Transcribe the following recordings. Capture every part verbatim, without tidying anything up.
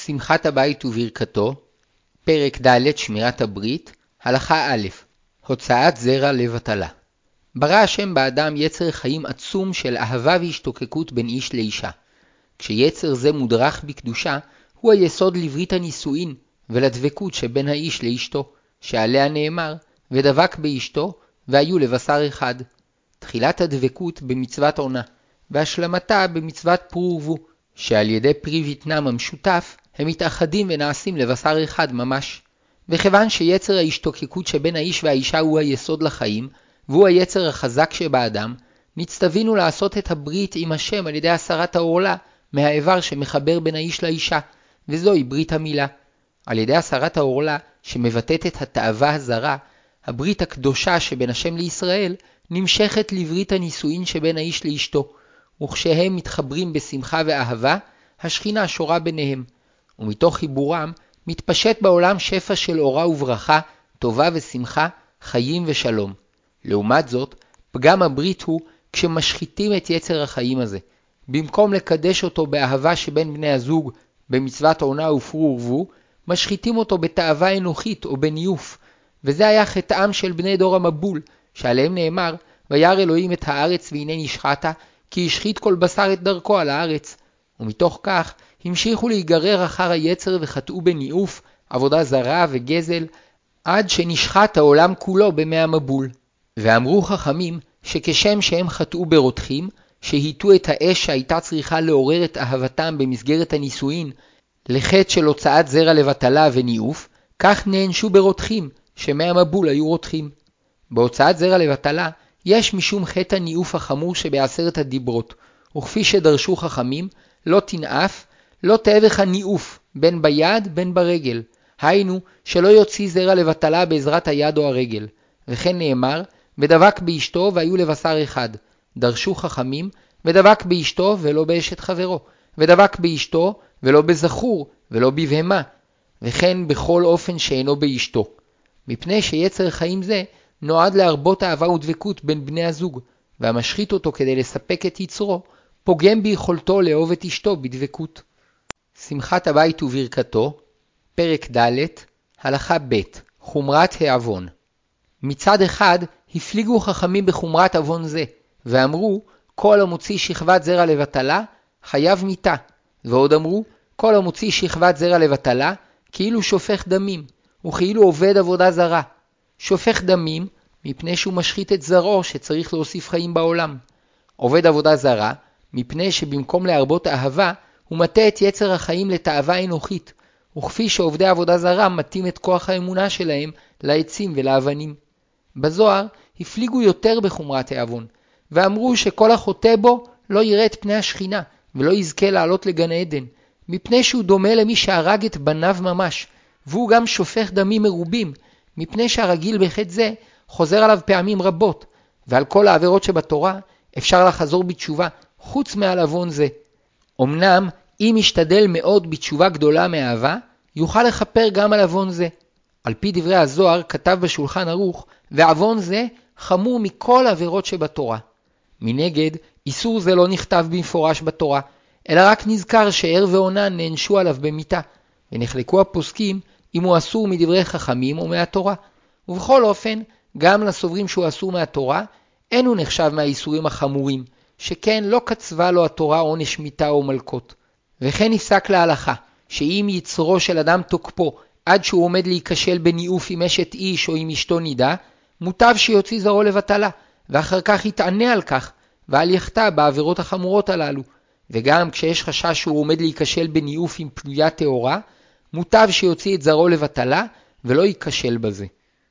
שמחת הבית וברכתו, פרק ד' שמירת הברית, הלכה א', הוצאת זרע לבטלה. ברא השם באדם יצר חיים עצום של אהבה והשתוקקות בין איש לאישה. כשיצר זה מודרך בקדושה, הוא היסוד לברית הנישואין ולדבקות שבין האיש לאשתו, שעליה נאמר, ודבק באשתו, והיו לבשר אחד. תחילת הדבקות במצוות עונה, והשלמתה במצוות פרו ורבו, שעל ידי פרי ויתנם המשותף, הם מתאחדים ונעשים לבשר אחד ממש. וכיוון שיצר ההשתוקקות שבין האיש והאישה הוא היסוד לחיים, והוא היצר החזק שבאדם, נצטווינו לעשות את הברית עם השם על ידי הסרת העורלה, מהאיבר שמחבר בין האיש לאישה, וזוהי ברית המילה. על ידי הסרת העורלה, שמבטאת את התאווה הזרה, הברית הקדושה שבין השם לישראל, נמשכת לברית הנישואין שבין האיש לאשתו, וכשהם מתחברים בשמחה ואהבה, השכינה שורה ביניהם, ומתוך חיבורם מתפשט בעולם שפע של אורה וברכה, טובה ושמחה, חיים ושלום. לעומת זאת, פגם הברית הוא כשמשחיתים את יצר החיים הזה. במקום לקדש אותו באהבה שבין בני הזוג, במצוות עונה ופרו ורבו, משחיתים אותו בתאווה אנוכית או בניוף, וזה היה חטאם של בני דור המבול, שעליהם נאמר, וירא אלוהים את הארץ והנה נשחתה, כי השחית כל בשר את דרכו על הארץ. ומתוך כך המשיכו להיגרר אחר היצר וחטאו בניאוף, עבודה זרה וגזל, עד שנשחט העולם כולו במי המבול. ואמרו חכמים שכשם שהם חטאו ברותחים, שהיטו את האש שהייתה צריכה לעורר את אהבתם במסגרת הנישואין, לחטא של הוצאת זרע לבטלה וניאוף, כך נענשו ברותחים, שמי המבול היו רותחים. בהוצאת זרע לבטלה, יש משום חטא הניאוף החמור שבעשרת הדיברות, וכפי שדרשו חכמים, לא תנאף, לא תאבך הניאוף, בין ביד בין ברגל, היינו שלא יוציא זרע לבטלה בעזרת היד או הרגל, וכן נאמר, ודבק באשתו והיו לבשר אחד, דרשו חכמים, ודבק באשתו ולא באשת חברו, ודבק באשתו ולא בזכור ולא בבהמה, וכן בכל אופן שאינו באשתו, מפני שיצר חיים זה נועד להרבות אהבה ודבקות בין בני הזוג, והמשחית אותו כדי לספק את יצרו, פוגם ביכולתו לאהוב את אשתו בדבקות. שמחת הבית וברכתו, פרק ד', הלכה ב', חומרת העוון. מצד אחד הפליגו חכמים בחומרת עוון זה, ואמרו, כל המוציא שכבת זרע לבטלה, חייב מיתה. ועוד אמרו, כל המוציא שכבת זרע לבטלה, כאילו שופך דמים, וכאילו עובד עבודה זרה. שופך דמים, מפני שהוא משחית את זרעו שצריך להוסיף חיים בעולם. עובד עבודה זרה, מפני שבמקום להרבות אהבה, הוא מטה את יצר החיים לתאווה אנוכית, וכפי שעובדי עבודה זרה מתאים את כוח האמונה שלהם לעצים ולאבנים. בזוהר הפליגו יותר בחומרת העוון, ואמרו שכל החוטא בו לא יראה את פני השכינה, ולא יזכה לעלות לגן עדן, מפני שהוא דומה למי שהרג את בניו ממש, והוא גם שופך דמים מרובים, מפני שהרגיל בחטא זה חוזר עליו פעמים רבות, ועל כל העבירות שבתורה אפשר לחזור בתשובה, חוץ מעל עוון זה. אמנם, אם ישתדל מאוד בתשובה גדולה מאהבה, יוכל לכפר גם על עוון זה. על פי דברי הזוהר כתב בשולחן ערוך, ועוון זה חמור מכל העבירות שבתורה. מנגד, איסור זה לא נכתב במפורש בתורה, אלא רק נזכר שער ועונה נענשו עליו במיתה, ונחלקו הפוסקים אם הוא אסור מדברי חכמים או מהתורה. ובכל אופן, גם לסוברים שהוא אסור מהתורה, אין הוא נחשב מהאיסורים החמורים, שכן לא קצבה לו התורה עונש מיתה או מלכות. וכן נפסק להלכה, שאם יצרו של אדם תוקפו עד שהוא עומד להיכשל בניאוף עם אשת איש או עם אשתו נידה, מוטב שיוציא זרעו לבטלה, ואחר כך יתענה על כך, ועל יחטא בעבירות החמורות הללו. וגם כשיש חשש שהוא עומד להיכשל בניאוף עם פנויה טהורה, מוטב שיוציא את זרעו לבטלה, ולא ייכשל בזה.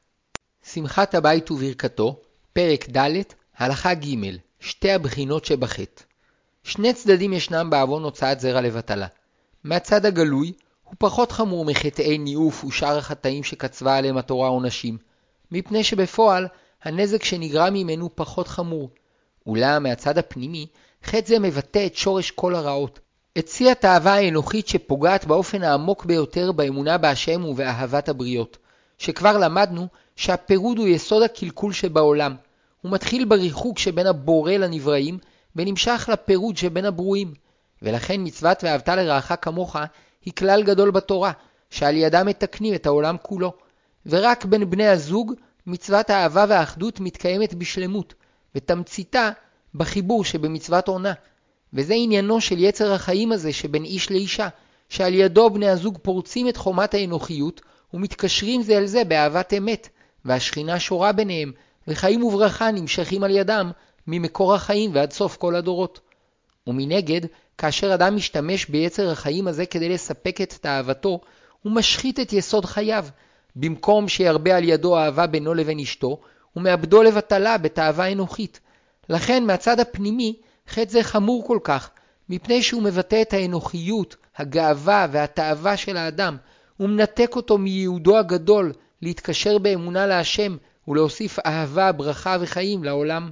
שמחת הבית וברכתו, פרק ד', הלכה ג', שתי הבחינות שבחטא. שני צדדים ישנם בעוון הוצאת זרע לבטלה. מהצד הגלוי, הוא פחות חמור מחטאי ניאוף ושאר החטאים שקצבה עליהם התורה עונשים, מפני שבפועל הנזק שנגרם ממנו פחות חמור. אולם מהצד הפנימי, חטא זה מבטא את שורש כל הרעות, את שיא התאווה האנוכית שפוגעת באופן העמוק ביותר באמונה בהשם ובאהבת הבריות, שכבר למדנו שהפירוד הוא יסוד הקלקול שבעולם. הוא מתחיל בריחוק שבין הבורא לנבראים, ונמשך לפירוד שבין הברואים. ולכן מצוות ואהבת לרעך כמוך היא כלל גדול בתורה, שעל ידה מתקנים את העולם כולו. ורק בין בני הזוג מצוות האהבה והאחדות מתקיימת בשלמות, ותמציתה בחיבור שבמצוות עונה. וזה עניינו של יצר החיים הזה שבין איש לאישה, שעל ידו בני הזוג פורצים את חומת האנוכיות ומתקשרים זה אל זה באהבת אמת, והשכינה שורה ביניהם, וחיים וברכה נמשכים על ידם ממקור החיים ועד סוף כל הדורות. ומנגד, כאשר אדם משתמש ביצר החיים הזה כדי לספק את תאוותו, הוא משחית את יסוד חייו, במקום שירבה על ידו אהבה בינו לבין אשתו, ומאבדו לבטלה בתאווה אנוכית. לכן מהצד הפנימי, חטא זה חמור כל כך, מפני שהוא מבטא את האנוכיות, הגאווה והתאווה של האדם, ומנתק אותו מייעודו הגדול להתקשר באמונה להשם ולהוסיף אהבה, ברכה וחיים לעולם.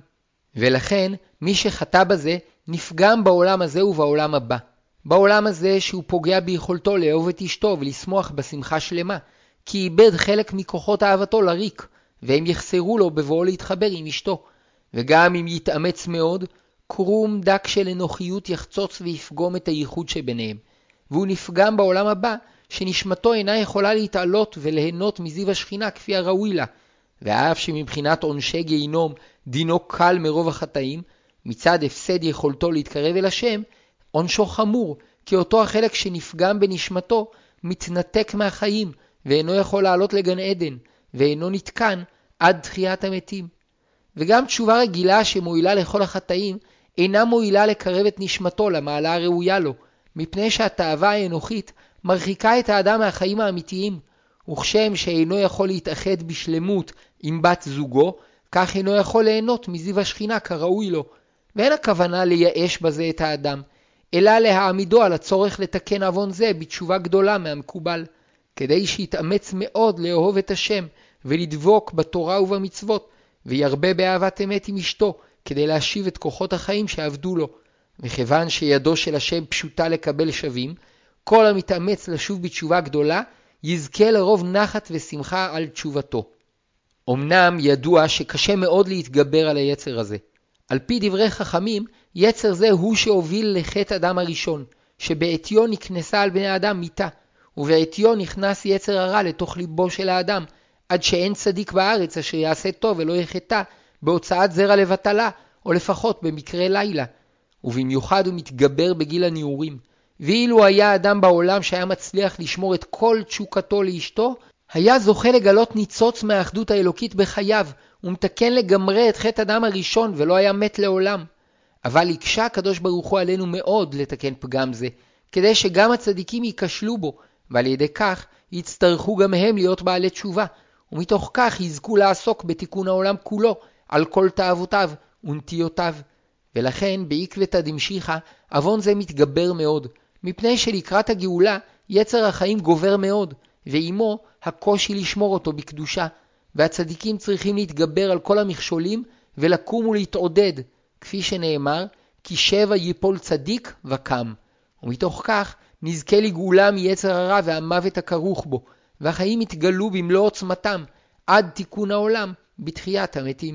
ולכן מי שחטא בזה נפגם בעולם הזה ובעולם הבא. בעולם הזה שהוא פוגע ביכולתו לאהוב את אשתו ולשמוח בשמחה שלמה, כי איבד חלק מכוחות אהבתו לריק, והם יחסרו לו בבואו להתחבר עם אשתו. וגם אם יתאמץ מאוד, קרום דק של אנוכיות יחצוץ ויפגום את הייחוד שביניהם. והוא נפגם בעולם הבא, שנשמתו אינה יכולה להתעלות וליהנות מזיו השכינה כפי הראוי לה. ואף שמבחינת עונשי גיהינום דינו קל מרוב החטאים, מצד הפסד יכולתו להתקרב אל השם, עונשו חמור, כי אותו החלק שנפגם בנשמתו מתנתק מהחיים, ואינו יכול לעלות לגן עדן, ואינו נתקן עד תחיית המתים. וגם תשובה רגילה שמועילה לכל החטאים, אינה מועילה לקרב את נשמתו למעלה הראויה לו, מפני שהתאווה האנוכית מרחיקה את האדם מהחיים האמיתיים, וכשם שאינו יכול להתאחד בשלמות עם בת זוגו, כך אינו יכול ליהנות מזיו השכינה כראוי לו. ואין הכוונה לייאש בזה את האדם, אלא להעמידו על הצורך לתקן עוון זה בתשובה גדולה מהמקובל, כדי שיתאמץ מאוד לאהוב את השם ולדבוק בתורה ובמצוות, וירבה באהבת אמת עם אשתו, כדי להשיב את כוחות החיים שעבדו לו. וכיוון שידו של השם פשוטה לקבל שווים, כל המתאמץ לשוב בתשובה גדולה, יזכה לרוב נחת ושמחה על תשובתו. אמנם ידוע שקשה מאוד להתגבר על היצר הזה. על פי דברי חכמים, יצר זה הוא שהוביל לחטא אדם הראשון, שבעטיו נכנסה על בני האדם מיתה, ובעטיו נכנס יצר הרע לתוך ליבו של האדם, עד שאין צדיק בארץ אשר יעשה טוב ולא יחטא, בהוצאת זרע לבטלה, או לפחות במקרה לילה. ובמיוחד הוא מתגבר בגיל הנעורים. ואילו היה אדם בעולם שהיה מצליח לשמור את כל תשוקתו לאשתו, היה זוכה לגלות ניצוץ מהאחדות האלוקית בחייו, ומתקן לגמרי את חטא אדם הראשון ולא היה מת לעולם. אבל הקשה הקדוש ברוך הוא עלינו מאוד לתקן פגם זה, כדי שגם הצדיקים ייכשלו בו, ועל ידי כך יצטרכו גם הם להיות בעלי תשובה, ומתוך כך יזכו לעסוק בתיקון העולם כולו, על כל תאוותיו ונטיותיו. ולכן בעקבתא דמשיחא עוון זה מתגבר מאוד, מפני שלקראת הגאולה יצר החיים גובר מאוד, ועמו הקושי לשמור אותו בקדושה, והצדיקים צריכים להתגבר על כל המכשולים ולקום ולהתעודד, כפי שנאמר, כי שבע ייפול צדיק וקם. ומתוך כך נזכה לגאולה מיצר הרע והמוות הכרוך בו, והחיים יתגלו במלוא עוצמתם עד תיקון העולם בתחיית המתים.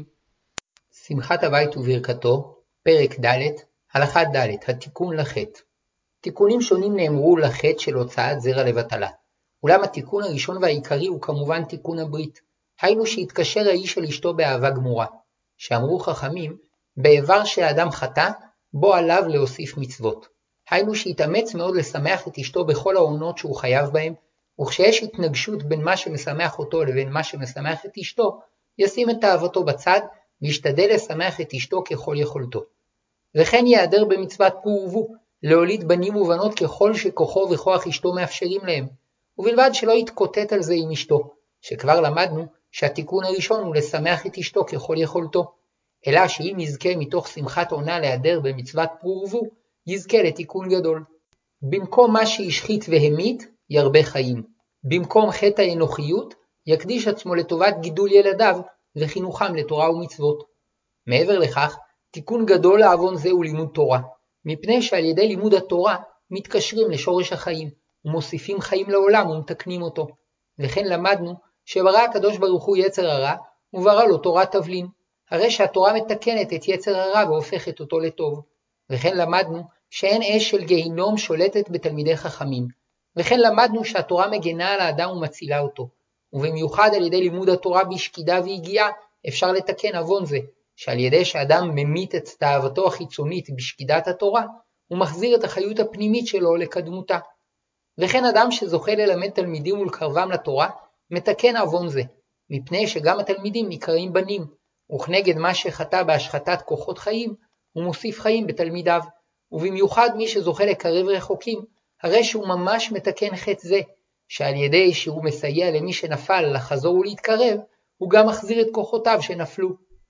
שמחת הבית וברכתו, פרק ד', הלכה ד', התיקון לחטא. תיקונים שונים נאמרו לחטא של הוצאת זרע לבטלה. אולם התיקון הראשון והעיקרי הוא כמובן תיקון הברית. היינו שהתקשר האיש אל אשתו באהבה גמורה. שאמרו חכמים, באיבר שהאדם חטא, בו עליו להוסיף מצוות. היינו שהתאמץ מאוד לשמח את אשתו בכל העונות שהוא חייב בהם, וכשיש התנגשות בין מה שמשמח אותו לבין מה שמשמח את אשתו, ישים את תאוותו בצד, וישתדל לשמח את אשתו ככל יכולתו. וכן יעדר במצוות פור ורבו, להוליד בנים ובנות ככל שכוחו וכוח אשתו מאפשרים להם, ובלבד שלא יתקוטט על זה עם אשתו, שכבר למדנו שהתיקון הראשון הוא לשמח את אשתו ככל יכולתו, אלא שאם יזכה מתוך שמחת עונה להיעדר במצוות פור ורבו, יזכה לתיקון גדול. במקום מה שהשחית והמית, ירבה חיים. במקום חטא האנוכיות, יקדיש עצמו לטובת גידול ילדיו וחינוכם לתורה ומצוות. מעבר לכך, תיקון גדול לעוון זה הוא לימוד תורה, מפני שעל ידי לימוד התורה מתקשרים לשורש החיים, ומוסיפים חיים לעולם ומתקנים אותו. וכן למדנו שברא הקדוש ברוך הוא יצר הרע, וברא לו תורת תבלין, הרי שהתורה מתקנת את יצר הרע והופכת אותו לטוב. וכן למדנו שאין אש של גיהינום שולטת בתלמידי חכמים, וכן למדנו שהתורה מגנה על האדם ומצילה אותו, ובמיוחד על ידי לימוד התורה בשקידה והגיעה אפשר לתקן עוון זה, שעל ידי שאדם ממית את תאוותו החיצונית בשקידת התורה, הוא מחזיר את החיות הפנימית שלו לקדמותה. וכן אדם שזוכה ללמד תלמידים ולקרבם לתורה, מתקן עוון זה, מפני שגם התלמידים נקראים בנים, וכנגד מה שחטא בהשחתת כוחות חיים, הוא מוסיף חיים בתלמידיו, ובמיוחד מי שזוכה לקרב רחוקים, הרי שהוא ממש מתקן חטא זה, שעל ידי שהוא מסייע למי שנפל לחזור ולהתקרב, הוא גם מחזיר את כוחותיו שנפלו.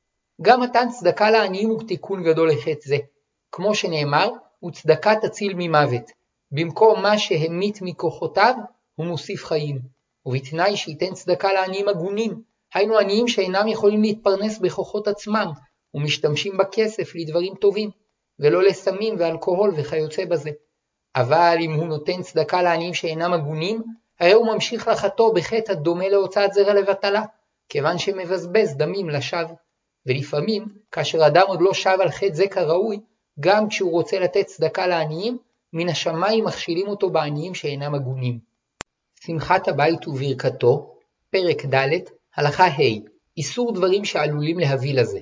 גם מתן צדקה לעניים הוא תיקון גדול לחטא זה, כמו שנאמר, וצדקה תציל ממוות, במקום מה שהמית מכוחותיו, הוא מוסיף חיים, ובתנאי שייתן צדקה לעניים הגונים, היינו עניים שאינם יכולים להתפרנס בכוחות עצמם, ומשתמשים בכסף לדברים טובים, ולא לסמים ואלכוהול וכיוצא בזה. אבל אם הוא נותן צדקה לעניים שאינם הגונים, הרי הוא ממשיך לחטוא בחטא הדומה להוצאת זרע לבטלה, כיוון שמבזבז דמים לשווא. ולפעמים, כאשר אדם עוד לא שב על חטא זה כראוי, גם כשהוא רוצה לתת צדקה לעניים, מן השמיים מכשילים אותו בעניים שאינם הגונים. שמחת הבית וברכתו, פרק ד', הלכה ה', איסור דברים שעלולים להביא לזה.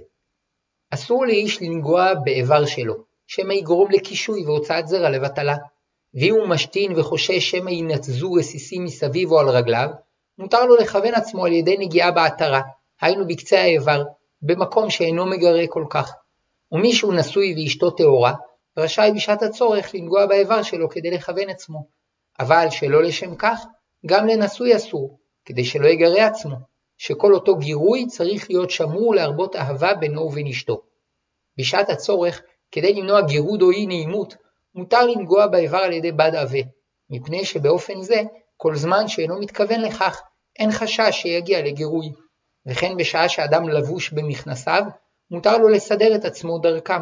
אסור לאיש לנגוע באיבר שלו, שמא יגרום לקישוי והוצאת זרע לבטלה. ואם הוא משתין וחושש שמא ינתזו רסיסים מסביב או על רגליו, מותר לו לכוון עצמו על ידי נגיעה בעטרה, היינו בקצה האיבר, במקום שאינו מגרה כל כך. ומי שהוא נשוי ואשתו טהורה, רשאי בשעת הצורך לנגוע באיבר שלו כדי לכוון עצמו. אבל שלא לשם כך, גם לנשוי אסור, כדי שלא יגרה עצמו, שכל אותו גירוי צריך להיות שמור להרבות אהבה בינו ובין אשתו. בשעת הצורך, כדי למנוע גירוד או אי נעימות, מותר לנגוע באיבר על ידי בד עבה, מפני שבאופן זה, כל זמן שאינו מתכוון לכך, אין חשש שיגיע לגירוי. וכן בשעה שאדם לבוש במכנסיו, מותר לו לסדר את עצמו דרכם.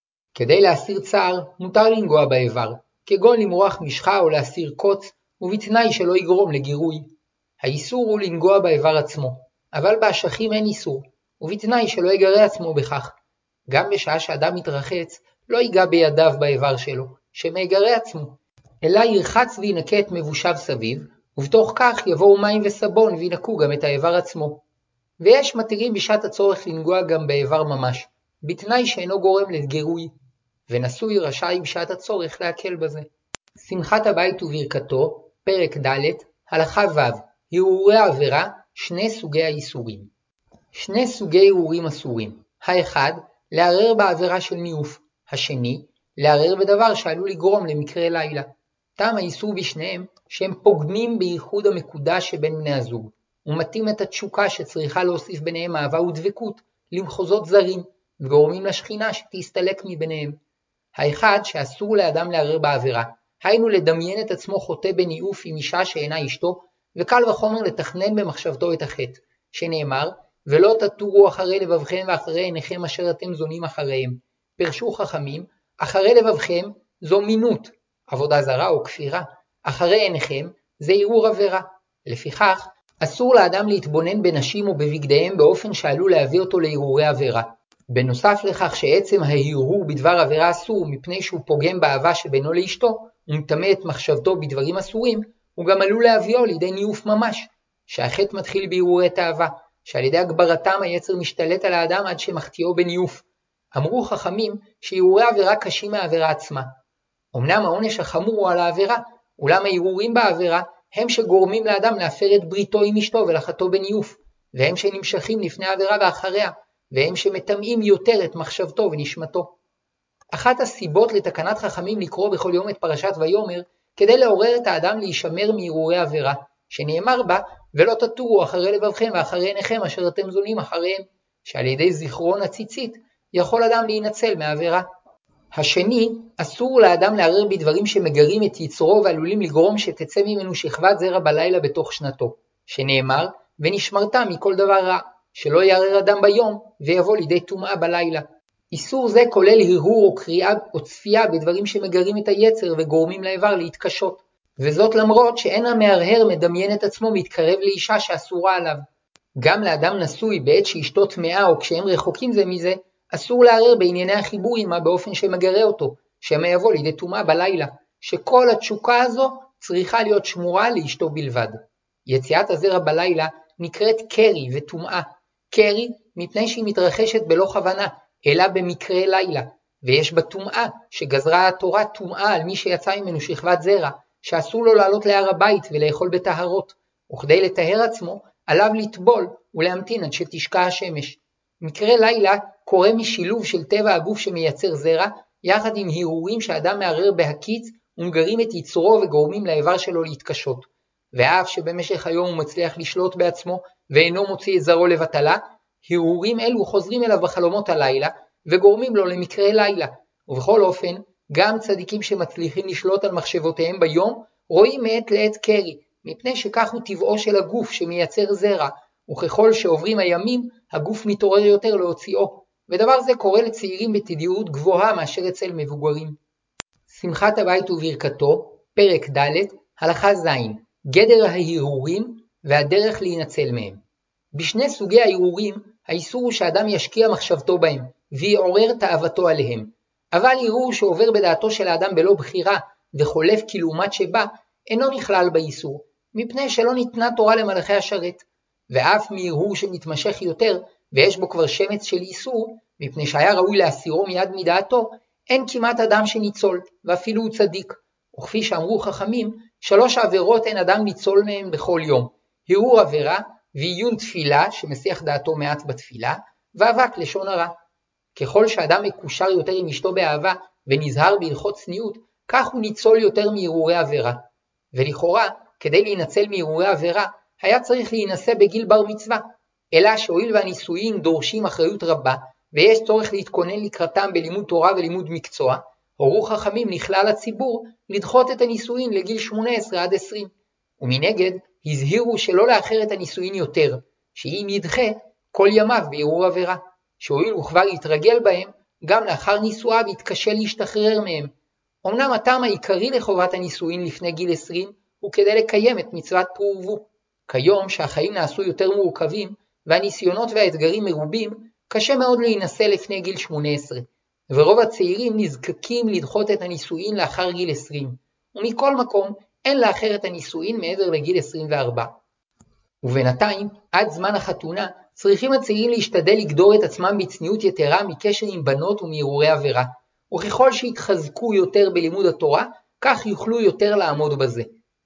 כדי להסיר צער, מותר לנגוע באיבר, כגון למרוח משחה או להסיר קוץ, ובתנאי שלא יגרום לגירוי. האיסור הוא לנגוע באיבר עצמו, אבל באשכים אין איסור, ובתנאי שלא יגרה עצמו בכך. גם בשעה שאדם מתרחץ, לא ייגע בידיו באיבר שלו, שמגרה עצמו, אלא ירחץ וינקה את מבושיו סביב, ובתוך כך יבואו מים וסבון וינקו גם את האיבר עצמו. ויש מתירים בשעת הצורך לנגוע גם באיבר ממש, בתנאי שאינו גורם לגירוי, ונשוי רשאי בשעת הצורך להקל בזה. שמחת הבית וברכתו, פרק ד', הלכה ו', הרהורי עבירה, שני סוגי האיסורים. שני סוגי הרהורים אסורים, האחד, לערער בעבירה של ניאוף, השני, לערער בדבר שעלול לגרום למקרה לילה. טעם האיסור בשניהם שהם פוגמים בייחוד המקודש שבין בני הזוג, ומתאים את התשוקה שצריכה להוסיף ביניהם אהבה ודבקות למחוזות זרים, וגורמים לשכינה שתסתלק מביניהם. האחד שאסור לאדם לערער בעבירה, היינו לדמיין את עצמו חוטא בניאוף עם אישה שאינה אשתו, וקל וחומר לתכנן במחשבתו את החטא, שנאמר, ולא תטורו אחרי לבבכם ואחרי עיניכם אשר אתם זונים אחריהם. פרשו חכמים, אחרי לבבכם זו מינות, עבודה זרה או כפירה, אחרי עיניכם זה ערעור עבירה. לפיכך, אסור לאדם להתבונן בנשים או בבגדיהם באופן שעלול להביא אותו לערעורי עבירה. בנוסף לכך שעצם ההרהור בדבר עבירה אסור מפני שהוא פוגם באהבה שבינו לאשתו, ומטמא את מחשבתו בדברים אסורים, הוא גם עלול להביאו לידי ניאוף ממש, שהחטא מתחיל בהרהורי תאווה, שעל ידי הגברתם היצר משתלט על האדם עד שמחטיאו בניאוף. אמרו חכמים שהרהורי עבירה קשים מהעבירה עצמה. אמנם העונש החמור הוא על העבירה, אולם ההרהורים בעבירה הם שגורמים לאדם להפר את בריתו עם אשתו ולחטוא בניאוף, והם שנמשכים לפני העבירה ואחריה, והם שמטמאים יותר את מחשבתו ונשמתו. אחת הסיבות לתקנת חכמים לקרוא בכל יום את פרשת ויאמר, כדי לעורר את האדם להישמר מהרהורי עבירה, שנאמר בה, ולא תטורו אחרי לבבכם ואחרי עיניכם אשר אתם זונים אחריהם, שעל ידי זיכרון הציצית יכול אדם להינצל מעבירה. השני, אסור לאדם לערער בדברים שמגרים את יצרו ועלולים לגרום שתצא ממנו שכבת זרע בלילה בתוך שנתו, שנאמר, ונשמרת מכל דבר רע, שלא יערער אדם ביום ויבוא לידי טומאה בלילה. איסור זה כולל הרהור או קריאה או צפייה בדברים שמגרים את היצר וגורמים לאיבר להתקשות, וזאת למרות שאין המהרהר מדמיין את עצמו מתקרב לאישה שאסורה עליו. גם לאדם נשוי בעת שאשתו טמאה או כשהם רחוקים זה מזה, אסור לערער בענייני החיבור עמה באופן שמגרה אותו, שמא יבוא לידי טומאה בלילה, שכל התשוקה הזו צריכה להיות שמורה לאשתו בלבד. יציאת הזרע בלילה נקראת קרי וטומאה. קרי מפני שהיא מתרחשת בלא כוונה, אלא במקרה לילה, ויש בה טומאה, שגזרה התורה טומאה על מי שיצא ממנו שכבת זרע, שאסור לו לעלות להר הבית ולאכול בטהרות, וכדי לטהר עצמו, עליו לטבול ולהמתין עד שתשקע השמש. מקרה לילה קורה משילוב של טבע הגוף שמייצר זרע, יחד עם הרהורים שאדם מערער בהקיץ, ומגרים את יצרו וגורמים לאיבר שלו להתקשות. ואף שבמשך היום הוא מצליח לשלוט בעצמו, ואינו מוציא את זרעו לבטלה, הרהורים אלו חוזרים אליו בחלומות הלילה, וגורמים לו למקרה לילה. ובכל אופן, גם צדיקים שמצליחים לשלוט על מחשבותיהם ביום, רואים מעת לעת קרי, מפני שכך הוא טבעו של הגוף שמייצר זרע, וככל שעוברים הימים, הגוף מתעורר יותר להוציאו, ודבר זה קורה לצעירים בתדירות גבוהה מאשר אצל מבוגרים. שמחת הבית וברכתו, פרק ד', הלכה ז', גדר ההרהורים והדרך להינצל מהם. בשני סוגי ההרהורים, האיסור הוא שאדם ישקיע מחשבתו בהם, ויעורר תאוותו עליהם. אבל הרהור שעובר בדעתו של האדם בלא בחירה, וחולף כלעומת שבא, אינו נכלל באיסור, מפני שלא ניתנה תורה למלאכי השרת. ואף מהרהור שמתמשך יותר, ויש בו כבר שמץ של איסור, מפני שהיה ראוי להסירו מיד מדעתו, אין כמעט אדם שניצול, ואפילו הוא צדיק. וכפי שאמרו חכמים, שלוש עבירות אין אדם ניצול מהם בכל יום. הרהור עבירה, ועיון תפילה, שמסיח דעתו מעט בתפילה, ואבק לשון הרע. ככל שאדם מקושר יותר עם אשתו באהבה, ונזהר בהלכות צניעות, כך הוא ניצול יותר מהרהורי עבירה. ולכאורה, כדי להינצל מהרהורי עבירה, היה צריך להינשא בגיל בר מצווה, אלא שהואיל והנישואין דורשים אחריות רבה, ויש צורך להתכונן לקראתם בלימוד תורה ולימוד מקצוע, הורו חכמים לכלל הציבור לדחות את הנישואין לגיל שמונה עשרה עד עשרים. ומנגד, הזהירו שלא לאחר את הנישואין יותר, שאם ידחה כל ימיו בהרהור עבירה, שהואיל וכבר יתרגל בהם, גם לאחר נישואיו יתקשה להשתחרר מהם. אמנם הטעם העיקרי לחובת הנישואין לפני גיל עשרים, הוא כדי לקיים את מצוות פרו ורבו. כיום שהחיים נעשו יותר מורכבים, והניסיונות והאתגרים מרובים, קשה מאוד להינשא לפני גיל שמונה עשרה, ורוב הצעירים נזקקים לדחות את הנישואין לאחר גיל עשרים, ומכל מקום אין לאחר את הנישואין מעבר לגיל עשרים וארבע. ובינתיים, עד זמן החתונה, צריכים הצעירים להשתדל לגדור את עצמם בצניעות יתרה מקשר עם בנות ומהרהורי עבירה, וככל שיתחזקו יותר בלימוד התורה, כך יוכלו יותר לעמוד בזה.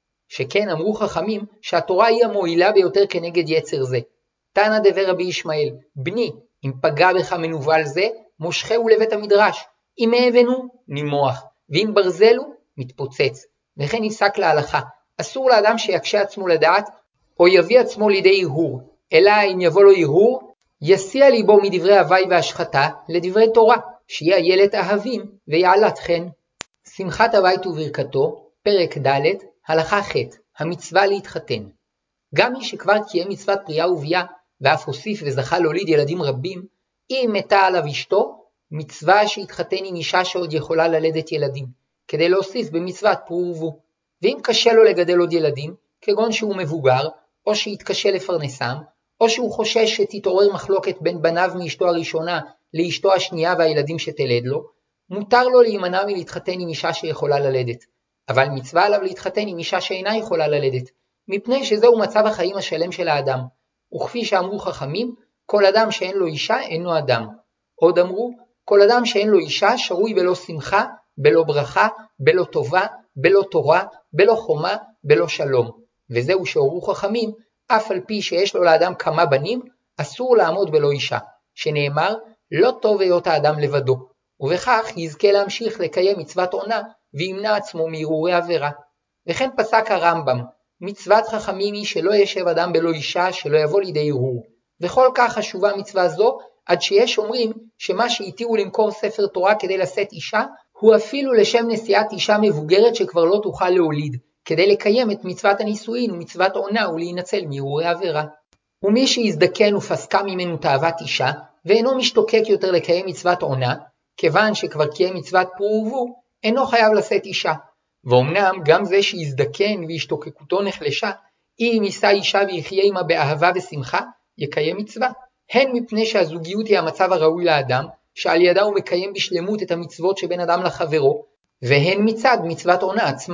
שכן אמרו חכמים שהתורה היא המועילה ביותר כנגד יצר זה. תנא דבר רבי ישמעאל, בני, אם פגע בך מנוול זה, מושכהו לבית המדרש, אם מאבן נימוח, ואם ברזל הוא, מתפוצץ. וכן נפסק להלכה, אסור לאדם שיקשה עצמו לדעת, או יביא עצמו לידי הרהור, אלא אם יבוא לו הרהור, יסיע ליבו מדברי הווי והשחתה לדברי תורה, שיהיה איילת אהבים ויעלת חן. שמחת הבית וברכתו, פרק ד', הלכה ח', המצווה להתחתן. גם מי שכבר קיים מצוות פריאה וביאה, ואף הוסיף וזכה להוליד ילדים רבים, אם מתה עליו אשתו, מצווה שהתחתן עם אישה שעוד יכולה ללדת ילדים, כדי להוסיף במצוות פרו ורבו. ואם קשה לו לגדל עוד ילדים, כגון שהוא מבוגר, או שיתקשה לפרנסם, או שהוא חושש שתתעורר מחלוקת בין בניו מאשתו הראשונה לאשתו השנייה והילדים שתלד לו, מותר לו להימנע מלהתחתן עם אישה שיכולה ללדת. אבל מצווה עליו להתחתן עם אישה שאינה יכולה ללדת, מפני שזהו מצב החיים השלם של האדם. וכפי שאמרו חכמים, כל אדם שאין לו אישה אינו אדם. עוד אמרו, כל אדם שאין לו אישה שרוי בלא שמחה, בלא ברכה, בלא טובה, בלא תורה, בלא חומה, בלא שלום. וזהו שהורו חכמים, אף על פי שיש לו לאדם כמה בנים, אסור לעמוד בלא אישה, שנאמר, לא טוב היות האדם לבדו, ובכך יזכה להמשיך לקיים מצוות עונה, וימנע עצמו מהרהורי עבירה. וכן פסק הרמב"ם, מצוות חכמים היא שלא ישב אדם בלא אישה שלא יבוא לידי הרהור, וכל כך חשובה מצווה זו, עד שיש אומרים שמה שהתירו למכור ספר תורה כדי לשאת אישה, הוא אפילו לשם נשיאת אישה מבוגרת שכבר לא תוכל להוליד, כדי לקיים את מצוות הנישואין ומצוות עונה ולהינצל מהרהורי עבירה. ומי שיזדקן ופסקה ממנו תאוות אישה, ואינו משתוקק יותר לקיים מצוות עונה, כיוון שכבר קיים מצוות פרו ורבו, אינו חייב לשאת אישה. ואומנם גם זה שיזדקן והשתוקקותו נחלשה, אם יישא אישה ויחיה עמה באהבה ושמחה, יקיים מצווה. הן מפני שהזוגיות היא המצב הראוי לאדם, שעל ידה הוא מקיים בשלמות את המצוות שבין אדם לחברו, והן מצד מצוות עונה עצמה.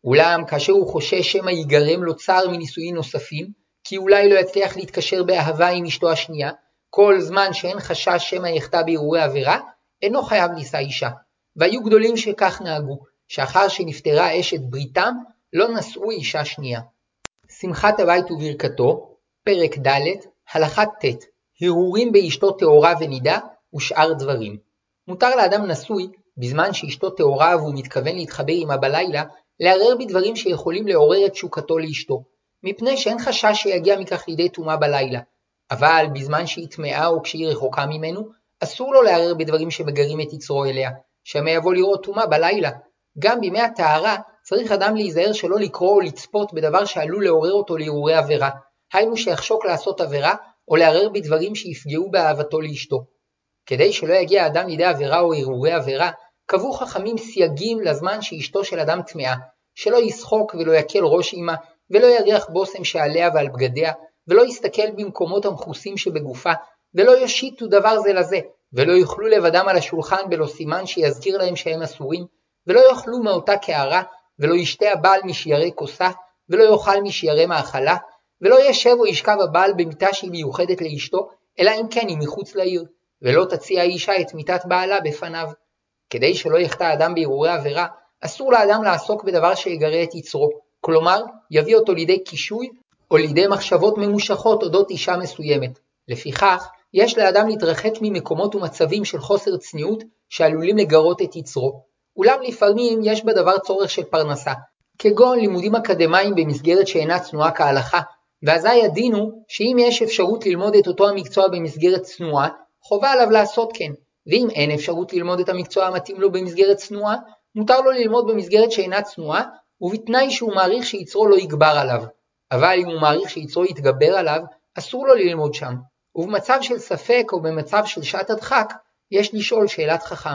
אולם כאשר הוא חושש שמא ייגרם לו צער מנישואים נוספים, כי אולי לא יצליח להתקשר באהבה עם אשתו השנייה, כל זמן שאין חשש שמא יחטא בהרהורי עבירה, אינו חייב לישא אישה. והיו גדולים שכך נהגו, שאחר שנפטרה אשת בריתם, לא נשאו אישה שנייה. שמחת הבית וברכתו, פרק ד', הלכה ט', הרהורים באשתו טהורה ונידה ושאר דברים. מותר לאדם נשוי, בזמן שאשתו טהורה והוא מתכוון להתחבר עמה בלילה, לערער בדברים שיכולים לעורר את תשוקתו לאשתו, מפני שאין חשש שיגיע מכך לידי טומאה בלילה. אבל בזמן שהיא טמאה או כשהיא רחוקה ממנו, אסור לו לערער בדברים שמגרים את יצרו אליה, שמא יבוא לראות טומאה בלילה. גם בימי הטהרה צריך אדם להיזהר שלא לקרוא או לצפות בדבר שעלול לעורר אותו להרהורי עבירה, היינו שיחשוק לעשות עבירה או לערער בדברים שיפגעו באהבתו לאשתו. כדי שלא יגיע אדם לידי עבירה או הרהורי עבירה, קבעו חכמים סייגים לזמן שאשתו של אדם טמאה, שלא ישחוק ולא יקל ראש עמה, ולא יריח בושם שעליה ועל בגדיה, ולא יסתכל במקומות המכוסים שבגופה, ולא יושיטו דבר זה לזה, ולא יאכלו לבדם על השולחן בלא סימן שיזכיר להם שהם אסורים, ולא יאכלו מאותה קערה, ולא ישתה הבעל משיירי כוסה, ולא יאכל משיירי מאכלה, ולא ישב או ישכב הבעל במיטה שהיא מיוחדת לאשתו, אלא אם כן היא מחוץ לעיר, ולא תציע האישה את מיטת בעלה בפניו. כדי שלא יחטא אדם בהרהורי עבירה, אסור לאדם לעסוק בדבר שיגרה את יצרו, כלומר, יביא אותו לידי קישוי או לידי מחשבות ממושכות אודות אישה מסוימת. לפיכך, יש לאדם להתרחק ממקומות ומצבים של חוסר צניעות שעלולים לגרות את יצרו. אולם לפעמים יש בדבר צורך של פרנסה, כגון לימודים אקדמיים במסגרת שאינה צנועה כהלכה, ואזי הדין הוא שאם יש אפשרות ללמוד את אותו המקצוע במסגרת צנועה, חובה עליו לעשות כן, ואם אין אפשרות ללמוד את המקצוע המתאים לו במסגרת צנועה, מותר לו ללמוד במסגרת שאינה צנועה, ובתנאי שהוא מעריך שיצרו לא יגבר עליו. אבל אם הוא מעריך שיצרו יתגבר עליו, אסור לו ללמוד שם. ובמצב של ספק או במצב של שעת הדחק, יש לשאול שאלת חכם.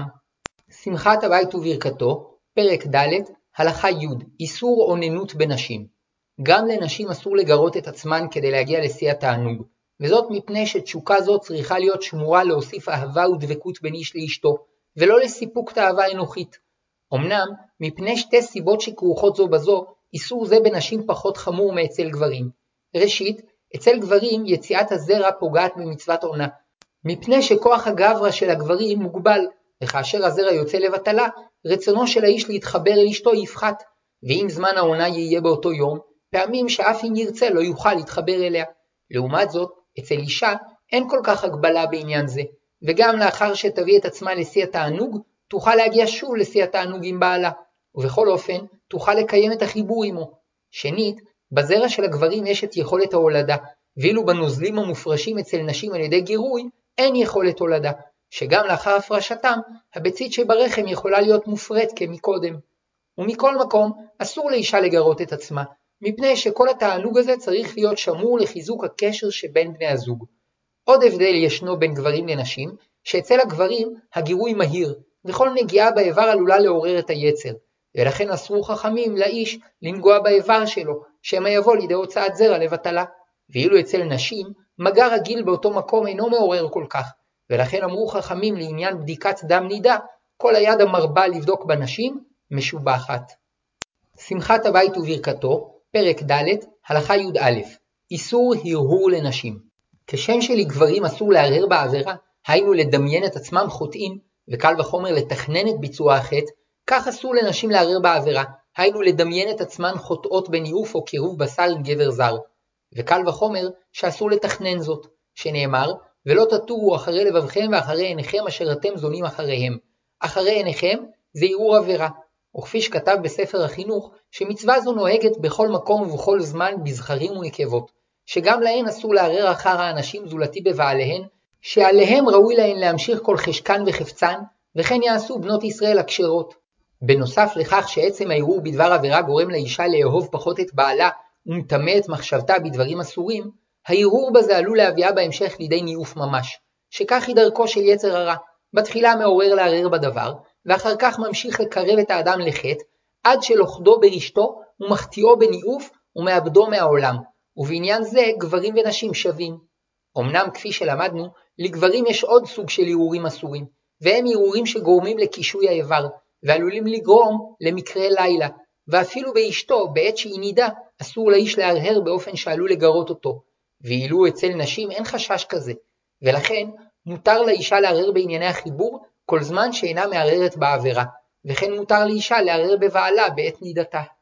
שמחת הבית וברכתו, פרק ד', הלכה י', איסור אוננות בנשים. גם לנשים אסור לגרות את עצמן כדי להגיע לשיא התענוג, וזאת מפני שתשוקה זו צריכה להיות שמורה להוסיף אהבה ודבקות בין איש לאשתו, ולא לסיפוק תאווה אנוכית. אמנם, מפני שתי סיבות שכרוכות זו בזו, איסור זה בנשים פחות חמור מאצל גברים. ראשית, אצל גברים יציאת הזרע פוגעת במצוות עונה, מפני שכוח הגברא של הגברים מוגבל, וכאשר הזרע יוצא לבטלה, רצונו של האיש להתחבר אל אשתו יפחת, ואם זמן העונה יהיה באותו יום, פעמים שאף אם ירצה לא יוכל להתחבר אליה. לעומת זאת, אצל אישה אין כל כך הגבלה בעניין זה, וגם לאחר שתביא את עצמה לשיא התענוג, תוכל להגיע שוב לשיא התענוג עם בעלה, ובכל אופן תוכל לקיים את החיבור עמו. שנית, בזרע של הגברים יש את יכולת ההולדה, ואילו בנוזלים המופרשים אצל נשים על ידי גירוי אין יכולת הולדה, שגם לאחר הפרשתם, הביצית שברחם יכולה להיות מופרית כמקודם. ומכל מקום, אסור לאישה לגרות את עצמה, מפני שכל התענוג הזה צריך להיות שמור לחיזוק הקשר שבין בני הזוג. עוד הבדל ישנו בין גברים לנשים, שאצל הגברים הגירוי מהיר, וכל נגיעה באיבר עלולה לעורר את היצר, ולכן אסרו חכמים לאיש לנגוע באיבר שלו, שמא יבוא לידי הוצאת זרע לבטלה. ואילו אצל נשים, מגע רגיל באותו מקום אינו מעורר כל כך, ולכן אמרו חכמים לעניין בדיקת דם נידה, כל היד המרבה לבדוק בנשים, משובחת. שמחת הבית וברכתו, פרק ד', הלכה י"א, איסור הרהור לנשים. כשם שלגברים אסור לערער בעבירה, היינו לדמיין את עצמם חוטאים, וקל וחומר לתכנן את ביצוע החטא, כך אסור לנשים לערער בעבירה, היינו לדמיין את עצמן חוטאות בניאוף או קירוב בשר עם גבר זר. וקל וחומר שאסור לתכנן זאת, שנאמר, ולא תטורו אחרי לבבכם ואחרי עיניכם אשר אתם זונים אחריהם. אחרי עיניכם זה ערעור עבירה. וכפי שכתב בספר החינוך, שמצווה זו נוהגת בכל מקום ובכל זמן בזכרים ונקבות, שגם להן אסור לערער אחר האנשים זולתי בבעליהן, שעליהם ראוי להן להמשיך כל חשקן וחפצן, וכן יעשו בנות ישראל הכשרות. בנוסף לכך שעצם הערעור בדבר עבירה גורם לאישה לאהוב פחות את בעלה, ומטמא את מחשבתה בדברים אסורים, הערעור בזה עלול להביאה בהמשך לידי ניאוף ממש, שכך היא דרכו של יצר הרע, בתחילה מעורר לערער בדבר, ואחר כך ממשיך לקרב את האדם לחטא, עד שלוכדו ברשתו ומחטיאו בניאוף ומאבדו מהעולם, ובעניין זה גברים ונשים שווים. אמנם כפי שלמדנו, לגברים יש עוד סוג של ערעורים אסורים, והם ערעורים שגורמים לקישוי האיבר, ועלולים לגרום למקרה לילה, ואפילו באשתו, בעת שהיא נידה, אסור לאיש להרהר באופן שעלול לגרות אותו, ואילו אצל נשים אין חשש כזה, ולכן מותר לאישה להרהר בענייני החיבור כל זמן שאינה מערערת בעבירה, וכן מותר לאישה להרהר בבעלה בעת נידתה.